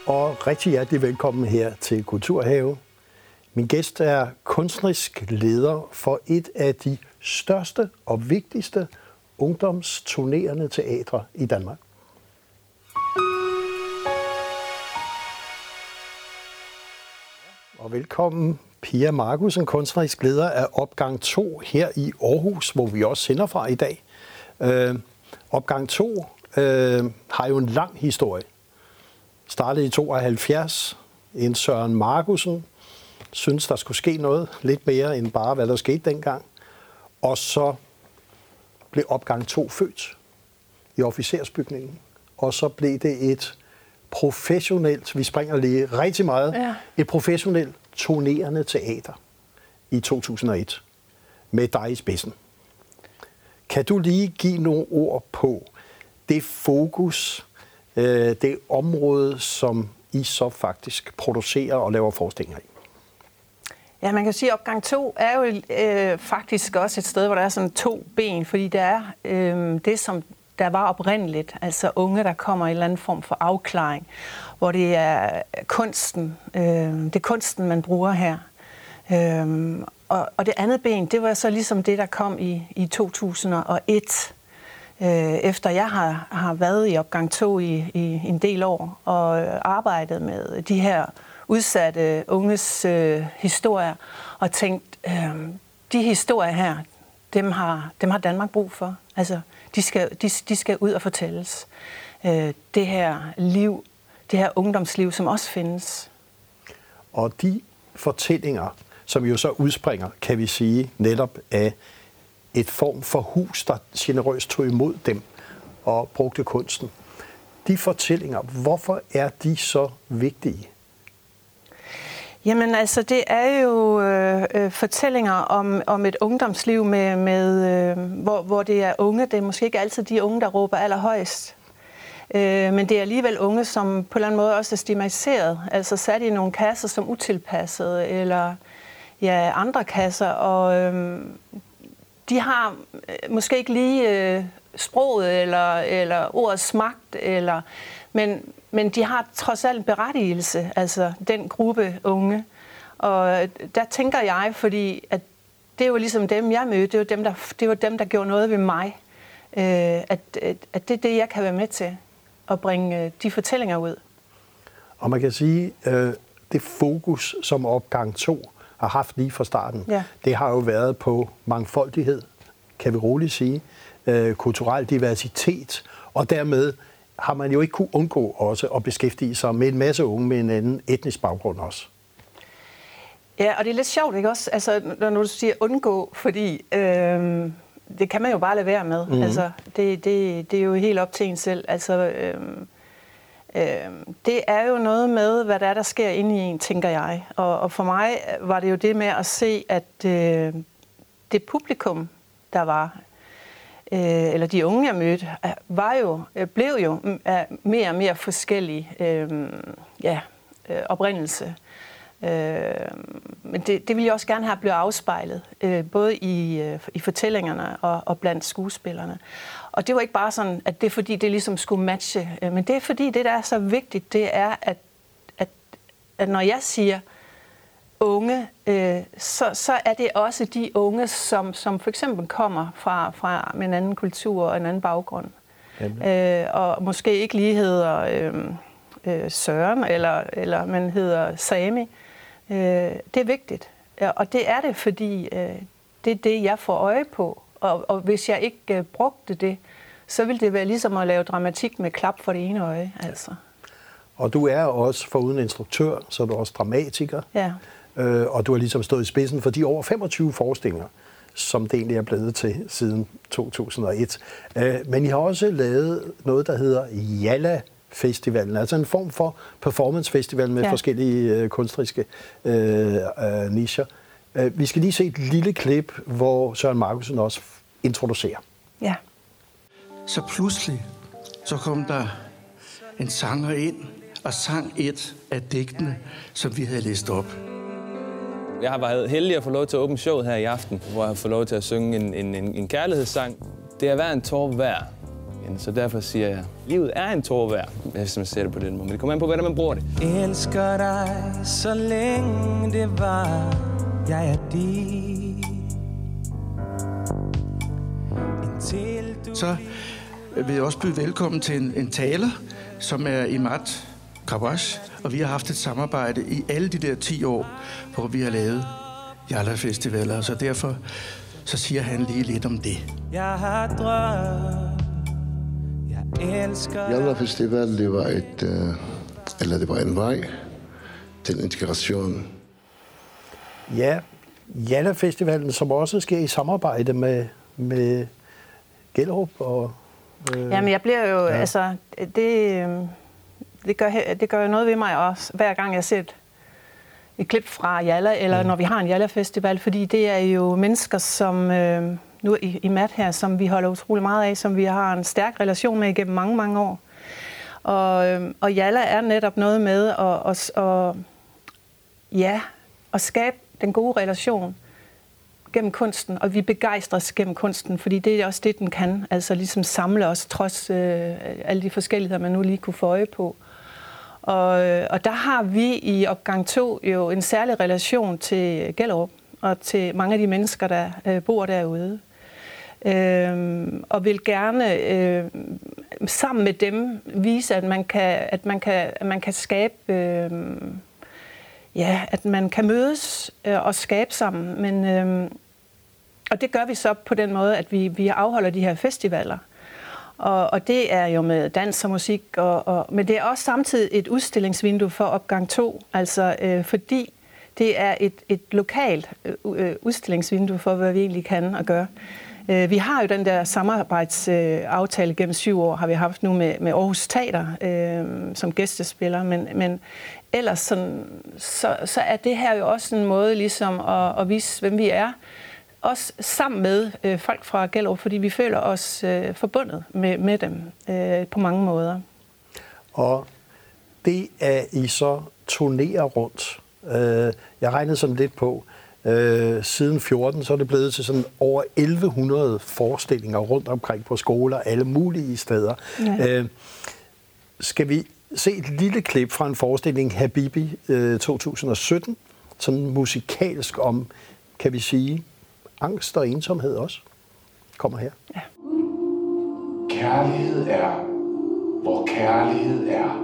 og rigtig hjertelig velkommen her til Kulturhave. Min gæst er kunstnerisk leder for et af de største og vigtigste ungdomsturnerende teatre i Danmark. Og velkommen Pia Markussen, kunstnerisk leder af Opgang 2 her i Aarhus, hvor vi også sender fra i dag. Opgang 2 har jo en lang historie. Startede i 72. En Søren Markussen synes, der skulle ske noget lidt mere end bare, hvad der skete dengang. Og så blev Opgang 2 født i officersbygningen. Og så blev det et professionelt, vi springer lige rigtig meget, et professionelt turnerende teater i 2001 med dig i spidsen. Kan du lige give nogle ord på det fokus, det område, som I så faktisk producerer og laver forestillinger i? Ja, man kan sige, at Opgang 2 er jo faktisk også et sted, hvor der er sådan to ben, fordi det er det, som der var oprindeligt, altså unge, der kommer i en eller anden form for afklaring, hvor det er kunsten, man bruger her. Og det andet ben, det var så ligesom det, der kom i 2001, efter jeg har været i Opgang 2 i en del år og arbejdet med de her udsatte unges historier, og tænkt, de historier her, dem har Danmark brug for. Altså, de skal ud og fortælles. Det her liv, det her ungdomsliv, som også findes. Og de fortællinger, som jo så udspringer, kan vi sige, netop af et form for hus, der generøst tog imod dem og brugte kunsten. De fortællinger, hvorfor er de så vigtige? Jamen altså, det er jo fortællinger om et ungdomsliv, hvor det er unge. Det er måske ikke altid de unge, der råber allerhøjst. Men det er alligevel unge, som på en eller anden måde også er stigmatiseret. Altså sat i nogle kasser som utilpassede, eller andre kasser. Og de har måske ikke lige sproget, eller ordets magt, men de har trods alt en berettigelse, altså den gruppe unge. Og der tænker jeg, fordi at det er jo ligesom dem, jeg mødte, det var dem, der gjorde noget ved mig. At det er det, jeg kan være med til, at bringe de fortællinger ud. Og man kan sige, det fokus, som Opgang 2 har haft lige fra starten, det har jo været på mangfoldighed, kan vi roligt sige, kulturel diversitet, og dermed har man jo ikke kunne undgå også at beskæftige sig med en masse unge med en anden etnisk baggrund også. Ja, og det er lidt sjovt, ikke også? Altså, når du siger undgå, fordi det kan man jo bare lade være med. Mm-hmm. Altså, det er jo helt op til en selv. Altså, det er jo noget med, hvad der sker inde i en, tænker jeg. Og for mig var det jo det med at se, at det publikum, der var, eller de unge, jeg mødte, blev jo mere og mere forskellige oprindelse. Men det ville jeg også gerne have blevet afspejlet, både i fortællingerne og blandt skuespillerne. Og det var ikke bare sådan, at det er fordi, det ligesom skulle matche, men det er fordi, det der er så vigtigt, det er, at når jeg siger unge, så er det også de unge, som for eksempel kommer fra en anden kultur og en anden baggrund. Og måske ikke lige hedder Søren, eller man hedder Sami. Det er vigtigt. Og det er det, fordi det er det, jeg får øje på. Og hvis jeg ikke brugte det, så ville det være ligesom at lave dramatik med klap for det ene øje. Altså. Og du er også foruden instruktør, så er du også dramatiker. Ja. Og du har ligesom stået i spidsen for de over 25 forestillinger, som det egentlig er blevet til siden 2001. Men I har også lavet noget, der hedder Jalla Festivalen, altså en form for performancefestival med forskellige kunstneriske nicher. Vi skal lige se et lille klip, hvor Søren Markussen også introducerer. Ja. Så pludselig, så kom der en sanger ind og sang et af digtene, som vi havde læst op. Jeg har været heldig at få lov til at åbne showet her i aften, hvor jeg har fået lov til at synge en kærlighedssang. Det er hver en tår værd. igen. Så derfor siger jeg, livet er en tår værd, hvis man ser det på den måde. Men det kommer an på, hvordan man bruger det. Elsker dig, så længe det var, jeg er din. Så vil jeg også byde velkommen til en taler, som er Imad Kawash. Og vi har haft et samarbejde i alle de der 10 år, hvor vi har lavet Jallah-festivaler. Så derfor så siger han lige lidt om det. Jeg har drømt, jeg elsker Jallah Festival, det var en vej til integration. Ja, Jallah Festivalen, som også sker i samarbejde med Gellerup og... Jamen, jeg bliver jo, altså, det gør jo noget ved mig også, hver gang jeg ser et klip fra Jallah, eller når vi har en Jallah-festival, fordi det er jo mennesker, som nu i MAT her, som vi holder utrolig meget af, som vi har en stærk relation med igennem mange, mange år. Og Jallah er netop noget med at skabe den gode relation gennem kunsten, og vi begejstres gennem kunsten, fordi det er også det, den kan. Altså ligesom samle os, trods alle de forskelligheder, man nu lige kunne få øje på. Og der har vi i opgang 2 jo en særlig relation til Gellerup, og til mange af de mennesker, der bor derude. Og vil gerne sammen med dem vise, at man kan skabe... at man kan mødes og skabe sammen, men og det gør vi så på den måde, at vi afholder de her festivaler. Og det er jo med dans og musik, men det er også samtidig et udstillingsvindue for opgang 2, altså fordi det er et lokalt udstillingsvindue for, hvad vi egentlig kan og gøre. Vi har jo den der samarbejdsaftale gennem 7 år, har vi haft nu med Aarhus Teater som gæstespiller, men ellers så er det her jo også en måde ligesom at vise, hvem vi er, også sammen med folk fra Gellerup, fordi vi føler os forbundet med dem på mange måder. Og det er I så turnerer rundt. Jeg regnede sådan lidt på, siden 14, så er det blevet til sådan over 1100 forestillinger rundt omkring på skoler, alle mulige steder. Ja. Skal vi se et lille klip fra en forestilling, Habibi 2017, sådan musikalsk om, kan vi sige, angst og ensomhed også? Kommer her. Ja. Kærlighed er, hvor kærlighed er.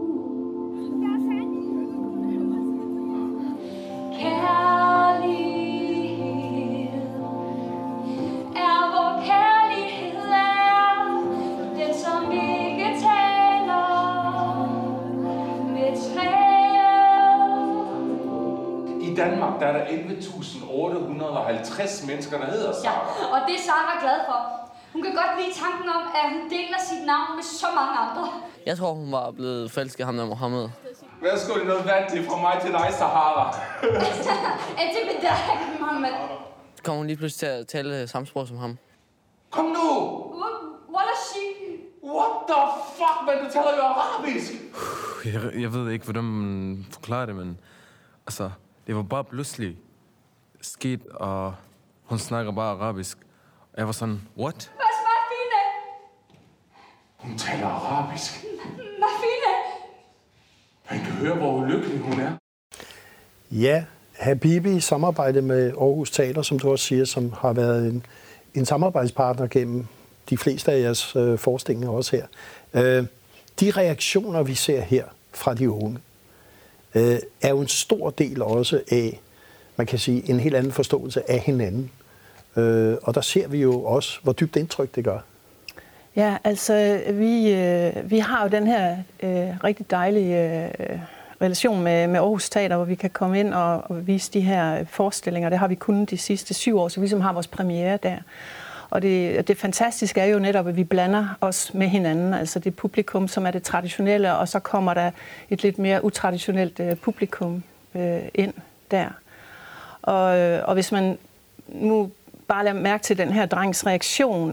I Danmark der er der 11.850 mennesker, der hedder Sara. Ja, og det er Sara glad for. Hun kan godt lide tanken om, at hun deler sit navn med så mange andre. Jeg tror, hun var blevet forelsket ham der Mohammed. Værsgo, det er noget vand til fra mig til dig, Sahara. Til med dig, Mohammed. Så kommer hun lige pludselig til at tale samme sprog som ham. Kom nu! What the fuck, man? Du taler jo arabisk! Jeg ved ikke, hvordan man forklarer det, men... Altså, det var bare pludselig sket, og hun snakker bare arabisk. Jeg var sådan, what? Hvad fine? Hun taler arabisk. Hvad fine? Man kan høre, hvor ulykkelig hun er. Ja, Habibi i samarbejde med Aarhus Teater, som du også siger, som har været en samarbejdspartner gennem de fleste af jeres forestillinger også her. De reaktioner, vi ser her fra de unge, er jo en stor del også af, man kan sige, en helt anden forståelse af hinanden. Og der ser vi jo også, hvor dybt indtryk det gør. Ja, altså vi har jo den her rigtig dejlige relation med Aarhus Teater, hvor vi kan komme ind og vise de her forestillinger. Det har vi kunnet de sidste 7 år, så vi som har vores premiere der. Og det fantastiske er jo netop, at vi blander os med hinanden, altså det publikum, som er det traditionelle, og så kommer der et lidt mere utraditionelt publikum ind der. Og hvis man nu bare lader mærke til den her drengs reaktion,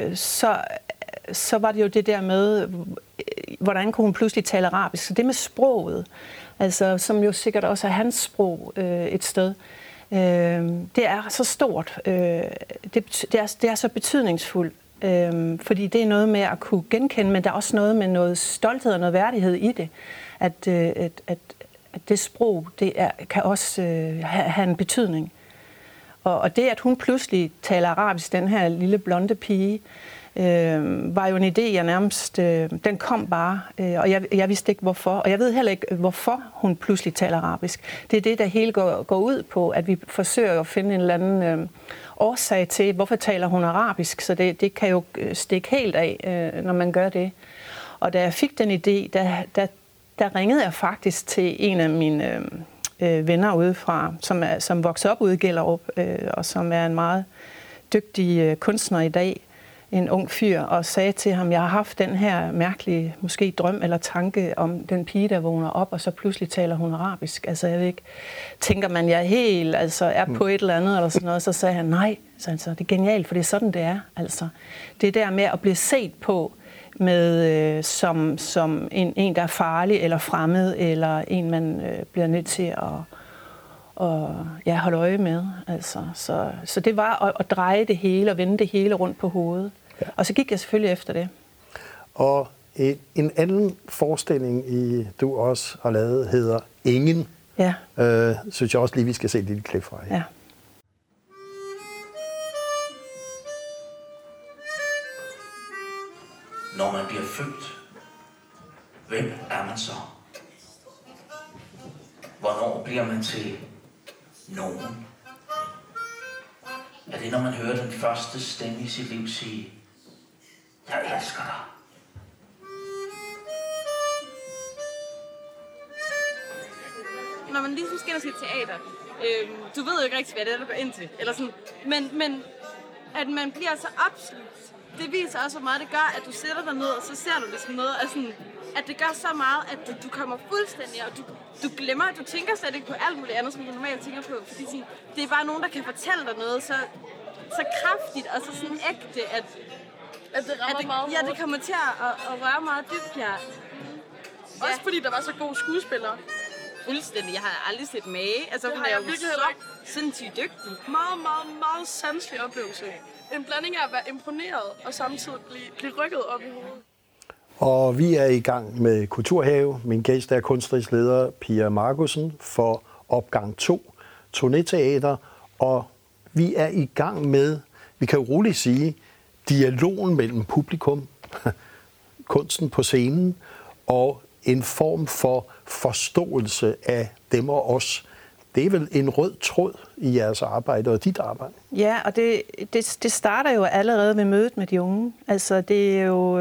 så var det jo det der med, hvordan kunne hun pludselig tale arabisk. Så det med sproget, altså, som jo sikkert også er hans sprog et sted, det er så stort, det er så betydningsfuldt Fordi det er noget med at kunne genkende, men der er også noget med noget stolthed og noget værdighed i det. At det sprog, kan også have en betydning. Og det, at hun pludselig taler arabisk, den her lille blonde pige, var jo en idé, jeg nærmest... den kom bare, og jeg vidste ikke hvorfor. Og jeg ved heller ikke, hvorfor hun pludselig taler arabisk. Det er det, der hele går ud på, at vi forsøger at finde en eller anden årsag til, hvorfor taler hun arabisk. Så det kan jo stikke helt af, når man gør det. Og da jeg fik den idé, der ringede jeg faktisk til en af mine venner udefra, som voksede op ude i Gellerup, og som er en meget dygtig kunstner i dag, en ung fyr, og sagde til ham, jeg har haft den her mærkelige, måske drøm eller tanke om den pige, der vågner op, og så pludselig taler hun arabisk. Altså, jeg ved ikke, tænker man, jeg er på et eller andet, eller sådan noget, så sagde han, nej, så det er genialt, for det er sådan, det er. Altså, det der med at blive set på, med som en, der er farlig eller fremmed, eller en, man bliver nødt til at holde øje med. Altså, så det var at dreje det hele og vende det hele rundt på hovedet. Ja. Og så gik jeg selvfølgelig efter det. Og en anden forestilling, du også har lavet, hedder Ingen. Ja. Synes jeg også lige, vi skal se et lille klip fra. Ja. Når man bliver født, hvem er man så? Hvornår bliver man til nogen? Er det, når man hører den første stemme i sit liv sige, jeg elsker dig? Når man ligesom skal ind og se teater, du ved jo ikke rigtig, hvad det er, du går ind til. Eller sådan, men at man bliver så absolut, det viser også, hvor meget det gør, at du sætter dig ned, og så ser du det som noget, at det gør så meget, at du kommer fuldstændig, og du glemmer, at du tænker slet ikke på alt muligt andet, som du normalt tænker på. Fordi det er bare nogen, der kan fortælle dig noget så kraftigt og så sådan ægte, at det rammer meget. Ja, det kommer til at røre meget dybt, ja. Også fordi der var så gode skuespillere. Fuldstændig. Jeg har aldrig set mage. Altså, hun er jo så sindssygt dygtig. Meget, meget, meget sanselig oplevelse. En blanding af at være imponeret og samtidig blive rykket op i hovedet. Og vi er i gang med Kulturhave. Min gæst er kunstnerisk leder Pia Markussen for opgang 2, Turnéteater. Og vi er i gang med, vi kan jo roligt sige, dialogen mellem publikum, kunsten på scenen, og en form for forståelse af dem og os. Det er vel en rød tråd i jeres arbejde og dit arbejde? Ja, og det starter jo allerede ved mødet med de unge. Altså, det er jo...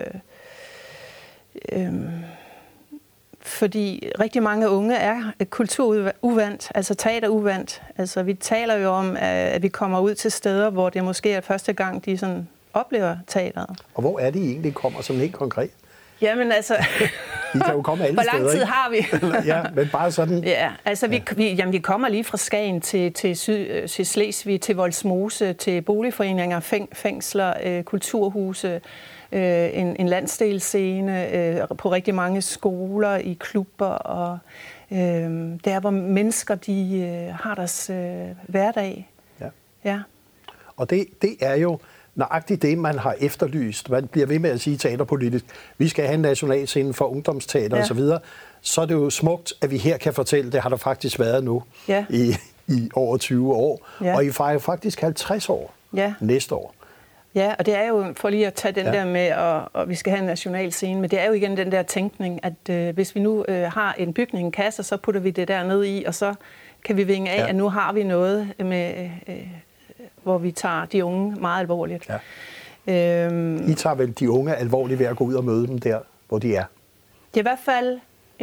fordi rigtig mange unge er kulturuvant, altså teateruvant. Altså, vi taler jo om, at vi kommer ud til steder, hvor det måske er første gang, de sådan oplever teateret. Og hvor er det egentlig kommer sådan helt konkret? Jamen altså... I kan jo komme alle hvor steder, lang tid ikke? har vi? Ja, men bare sådan... Ja, altså vi kommer lige fra Skagen til Slesvig, til Vollsmose, til boligforeninger, fængsler, kulturhuse, en landsdelsscene, på rigtig mange skoler, i klubber, og der hvor mennesker de har deres hverdag. Ja. Ja. Og det er jo nøjagtigt det, man har efterlyst. Man bliver ved med at sige teaterpolitisk, vi skal have en nationalscene for ungdomsteater osv. Så er det jo smukt, at vi her kan fortælle, det har der faktisk været nu i over 20 år. Ja. Og I fejrer faktisk 50 år næste år. Ja, og det er jo, for lige at tage den der med, at vi skal have en nationalscene, men det er jo igen den der tænkning, at hvis vi nu har en bygning, en kasse, så putter vi det der ned i, og så kan vi vinge af, at nu har vi noget med... hvor vi tager de unge meget alvorligt. Ja. I tager vel de unge alvorligt ved at gå ud og møde dem der, hvor de er? Det er i hvert fald...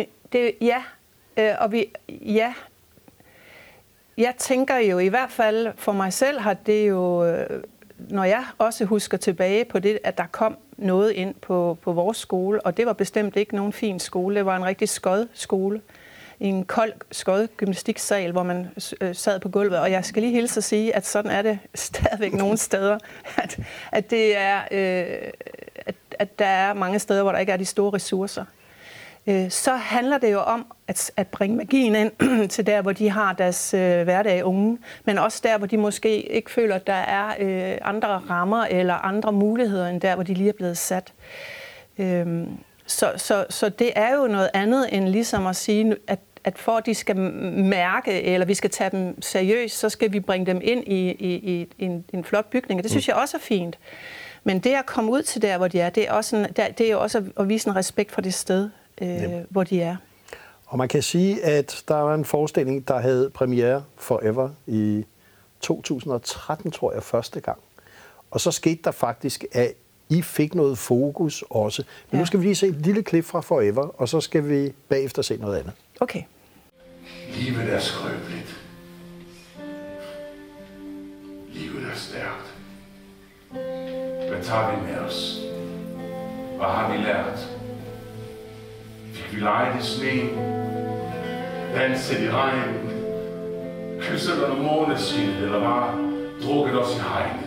Jeg tænker jo i hvert fald, for mig selv har det jo... Når jeg også husker tilbage på det, at der kom noget ind på vores skole, og det var bestemt ikke nogen fin skole, det var en rigtig skød skole. I en kold, skød gymnastiksal, hvor man sad på gulvet. Og jeg skal lige hilse at sige, at sådan er det stadigvæk nogle steder. At det er, at der er mange steder, hvor der ikke er de store ressourcer. så handler det jo om at bringe magien ind til der, hvor de har deres hverdag unge, men også der, hvor de måske ikke føler, at der er andre rammer eller andre muligheder, end der, hvor de lige er blevet sat. Så det er jo noget andet end ligesom at sige, at for at de skal mærke, eller vi skal tage dem seriøst, så skal vi bringe dem ind i en flot bygning. Og det synes jeg også er fint. Men det at komme ud til der, hvor de er, det er jo også at vise en respekt for det sted, hvor de er. Og man kan sige, at der var en forestilling, der havde premiere Forever i 2013, tror jeg, første gang. Og så skete der faktisk, at I fik noget fokus også. Men nu skal vi lige se et lille klip fra Forever, og så skal vi bagefter se noget andet. Okay. Livet er skrøbeligt. Livet er stærkt. Hvad tager vi med os? Hvad har vi lært? Fik vi leget i sneen? Danset i regnen? Kysset under måneskinnet, eller bare drukket os i hegnet?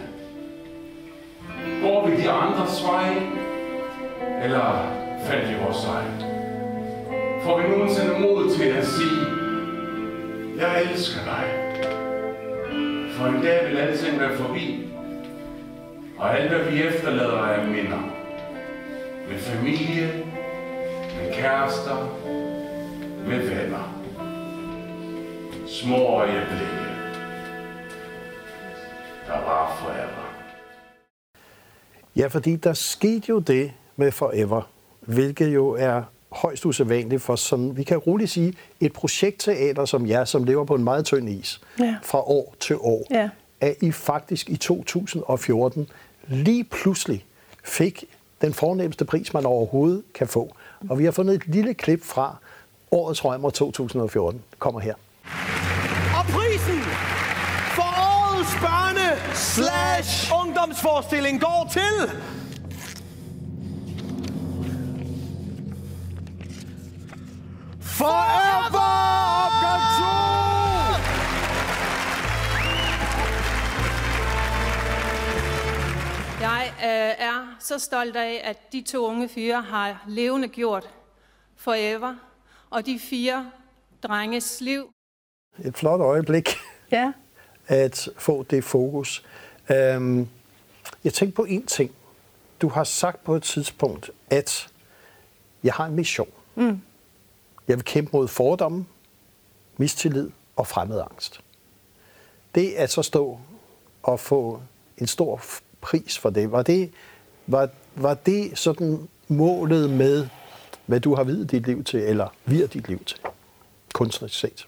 Går vi de andres vej? Eller fandt vi vores egen? Får vi nogensinde mod til at sige, jeg elsker dig? For en dag vil alting være forbi, og alt hvad vi efterlader er minder. Med familie, med kærester, med venner. Små øjeblikke, der var forever. Ja, fordi der skete jo det med Forever, hvilket jo er højst usædvanligt for, som vi kan roligt sige, et projektteater som jer, som lever på en meget tynd is, fra år til år, at I faktisk i 2014 lige pludselig fik den fornemmeste pris, man overhovedet kan få. Og vi har fundet et lille klip fra Årets Rømer 2014. Kommer her. Og prisen for årets børne/ungdomsforestilling går til... Forever opgang 2! Jeg er så stolt af, at de 2 unge fyre har levende gjort Forever, og de 4 drenges liv. Et flot øjeblik at få det fokus. Jeg tænkte på en ting. Du har sagt på et tidspunkt, at jeg har en mission. Jeg vil kæmpe mod fordomme, mistillid og fremmedangst. Det at så stå og få en stor pris for det, var det sådan målet med, hvad du har videt dit liv til, eller vider dit liv til, kunstnerisk set?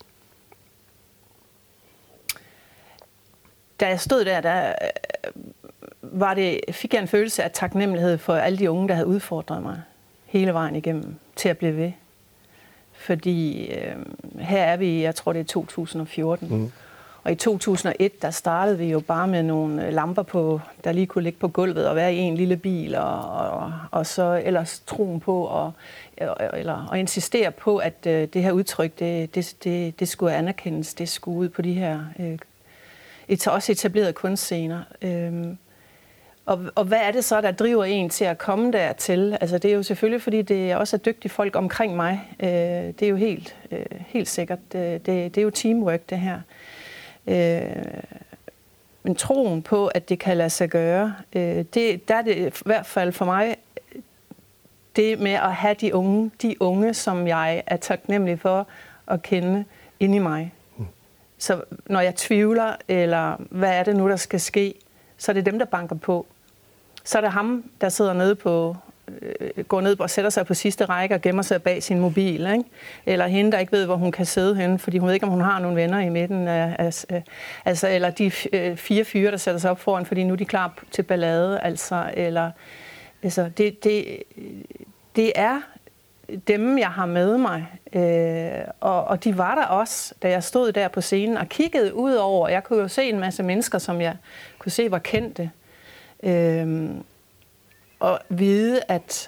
Da jeg stod der fik jeg en følelse af taknemmelighed for alle de unge, der havde udfordret mig hele vejen igennem til at blive ved. Fordi her er vi, jeg tror det er 2014, og i 2001, der startede vi jo bare med nogle lamper på, der lige kunne ligge på gulvet og være i en lille bil, og så ellers troen på og insistere på, at det her udtryk, det skulle anerkendes, det skulle ud på de her også etablerede kunstscener. Og hvad er det så, der driver en til at komme dertil? Altså, det er jo selvfølgelig, fordi det også er dygtige folk omkring mig. Det er jo helt sikkert. Det er jo teamwork, det her. Men troen på, at det kan lade sig gøre, der er det i hvert fald for mig, det med at have de unge, som jeg er taknemmelig for at kende inde i mig. Så når jeg tvivler, eller hvad er det nu, der skal ske, så er det dem, der banker på. Så er det ham, der sidder nede på, går ned og sætter sig på sidste række og gemmer sig bag sin mobil, ikke? Eller hende, der ikke ved, hvor hun kan sidde henne, fordi hun ved ikke, om hun har nogle venner i midten. Altså, eller de 4 fyre, der sætter sig op foran, fordi nu er de klar til ballade. Det er dem, jeg har med mig. Og de var der også, da jeg stod der på scenen og kiggede ud over. Jeg kunne jo se en masse mennesker, som jeg kunne se var kendte. Og vide, at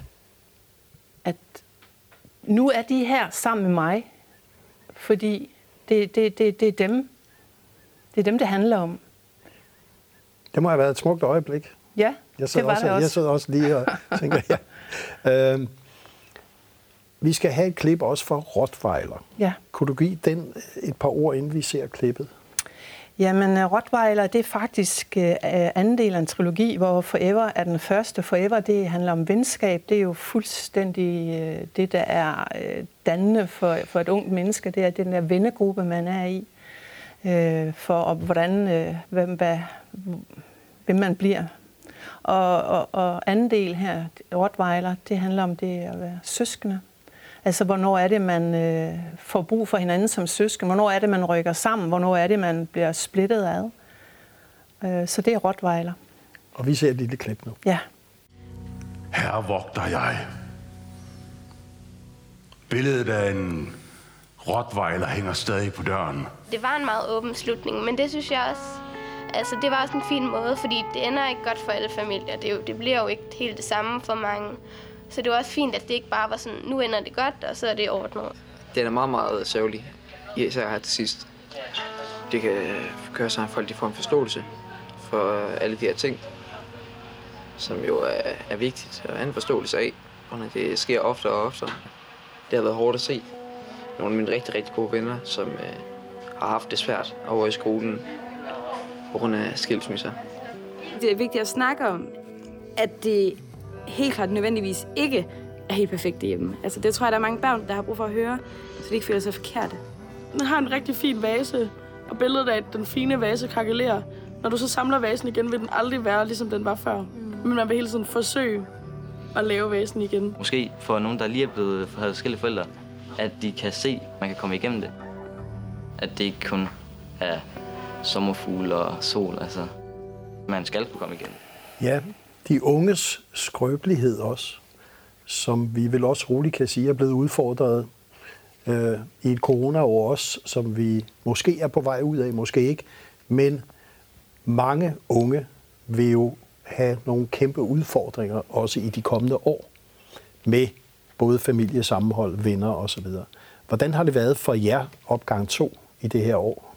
nu er de her sammen med mig, fordi det er dem. Det er dem, det handler om. Det må have været et smukt øjeblik. Ja, det var det også. Jeg sidder også lige og tænker, Vi skal have et klip også for Rottweiler. Ja. Kunne du give den et par ord, inden vi ser klippet? Jamen, Rottweiler, det er faktisk anden del af en trilogi, hvor Forever er den første. Forever, det handler om venskab. Det er jo fuldstændig det, der er dannende for et ungt menneske. Det er den der vennegruppe, man er i. Hvem man bliver. Og anden del her, Rottweiler, det handler om det at være søskende. Altså, hvornår er det, man får brug for hinanden som søsken? Hvornår er det, man rykker sammen? Hvornår er det, man bliver splittet ad? Så det er Rottweiler. Og vi ser et lille klip nu. Ja. Her vogter jeg. Billedet af en Rottweiler hænger stadig på døren. Det var en meget åben slutning, men det synes jeg også, altså det var også en fin måde, fordi det ender ikke godt for alle familier. Det bliver jo ikke helt det samme for mange. Så det var også fint, at det ikke bare var sådan, nu ender det godt, og så er det ordnet. Det er meget, meget sørgelig, især her til sidst. Det kan gøre sig, at folk får en forståelse for alle de her ting, som jo er vigtigt at have en forståelse af, og når det sker oftere og oftere. Det har været hårdt at se. Nogle af mine rigtig, rigtig gode venner, som har haft det svært over i skolen på grund af skilsmisser. Det er vigtigt at snakke om, at det helt klart nødvendigvis ikke er helt perfekt hjemme. Altså, det tror jeg, der er mange børn, der har brug for at høre, så de ikke føler sig forkerte. Den har en rigtig fin vase, og billedet af den fine vase krakelerer. Når du så samler vasen igen, vil den aldrig være, ligesom den var før. Men man vil hele tiden forsøge at lave vasen igen. Måske for nogen, der lige er blevet forskellige forældre, at de kan se, at man kan komme igennem det. At det ikke kun er sommerfugle og sol, altså. Man skal kunne komme igennem. Ja, de unges skrøbelighed også, som vi vel også roligt kan sige, er blevet udfordret i et corona-år også, som vi måske er på vej ud af, måske ikke. Men mange unge vil jo have nogle kæmpe udfordringer, også i de kommende år, med både familiesammenhold, venner osv. Hvordan har det været for jer opgang 2 i det her år?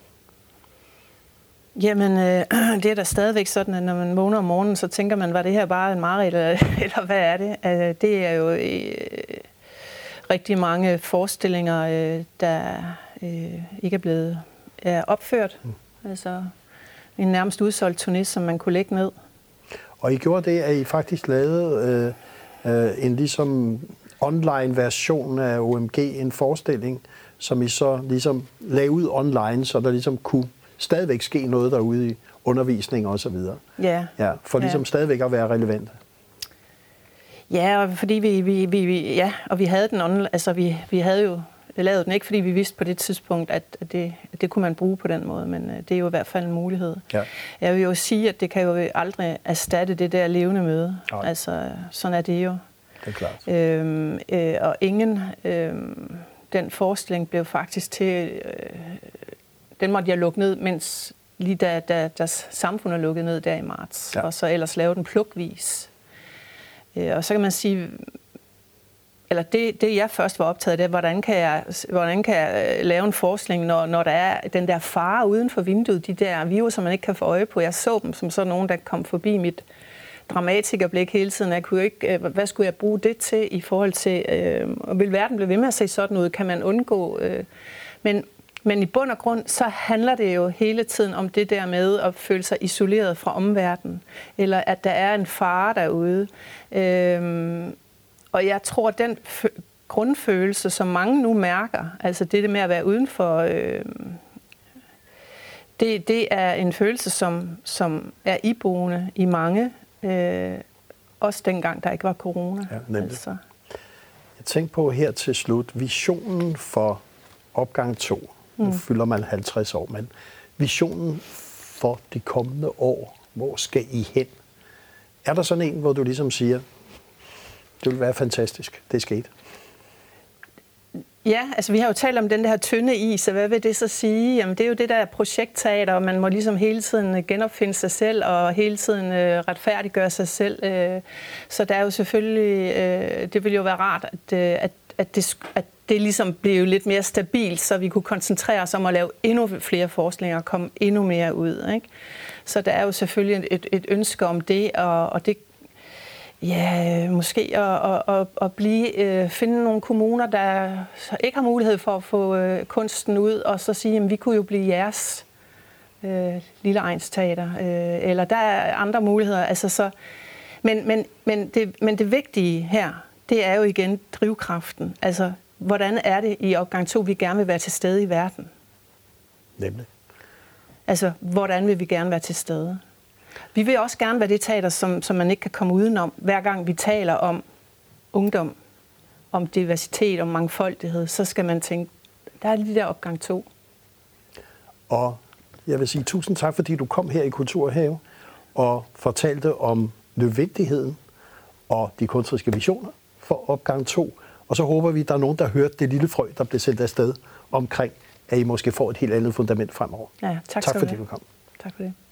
Jamen, det er da stadigvæk sådan, at når man vågner om morgenen, så tænker man, var det her bare en mareridt, eller hvad er det? Det er jo rigtig mange forestillinger, der ikke er blevet opført. Altså en nærmest udsolgt turné, som man kunne lægge ned. Og I gjorde det, at I faktisk lavede en ligesom online version af OMG, en forestilling, som I så ligesom lagde ud online, så der ligesom kunne stadigvæk ske noget derude i undervisning og så videre. Ja. Ja, for ligesom stadigvæk at være relevante. Ja, og fordi vi havde den online, altså vi havde jo lavet den ikke, fordi vi vidste på det tidspunkt, at det kunne man bruge på den måde, men det er jo i hvert fald en mulighed. Ja. Jeg vil jo sige, at det kan jo aldrig erstatte det der levende møde. Nej. Altså, sådan er det jo. Det er klart. Og ingen, den forestilling blev faktisk til, den måtte jeg lukke ned, mens lige da samfundet lukkede ned der i marts, og så ellers lave den plukvis. Og så kan man sige, eller det jeg først var optaget af, det er, hvordan kan jeg lave en forskning, når der er den der fare uden for vinduet, de der viruser, man ikke kan få øje på. Jeg så dem som sådan nogen, der kom forbi mit dramatikerblik hele tiden. Jeg kunne ikke, hvad skulle jeg bruge det til i forhold til, vil verden blive ved med at se sådan ud? Kan man undgå? Men i bund og grund, så handler det jo hele tiden om det der med at føle sig isoleret fra omverdenen, eller at der er en fare derude. Og jeg tror, at den grundfølelse, som mange nu mærker, altså det med at være udenfor, det er en følelse, som er iboende i mange, også dengang der ikke var corona. Ja, nemlig. Altså. Jeg tænker på her til slut, visionen for opgang 2. Nu fylder man 50 år, men visionen for de kommende år, hvor skal I hen? Er der sådan en, hvor du ligesom siger, det vil være fantastisk, det er sket? Ja, altså vi har jo talt om den der tynde is, og hvad vil det så sige? Jamen det er jo det der projektteater, og man må ligesom hele tiden genopfinde sig selv, og hele tiden retfærdiggøre sig selv. Så der er jo selvfølgelig, det vil jo være rart, at det ligesom blev lidt mere stabilt, så vi kunne koncentrere os om at lave endnu flere forskninger og komme endnu mere ud. Ikke? Så der er jo selvfølgelig et ønske om det, og det Ja, måske at finde nogle kommuner, der ikke har mulighed for at få kunsten ud, og så sige, at vi kunne jo blive jeres lille egnsteater, eller der er andre muligheder. Altså, så, men det vigtige her, det er jo igen drivkraften. Altså, hvordan er det i opgang 2, vi gerne vil være til stede i verden? Nemlig. Altså, hvordan vil vi gerne være til stede? Vi vil også gerne være det teater, som man ikke kan komme udenom, hver gang vi taler om ungdom, om diversitet, om mangfoldighed, så skal man tænke, der er lige der opgang 2. Og jeg vil sige tusind tak, fordi du kom her i Kulturhave og fortalte om nødvendigheden og de kunstneriske visioner for opgang 2. Og så håber vi, at der er nogen, der har hørt det lille frø, der blev sendt afsted omkring, at I måske får et helt andet fundament fremover. Ja, tak fordi du kom. Tak for det.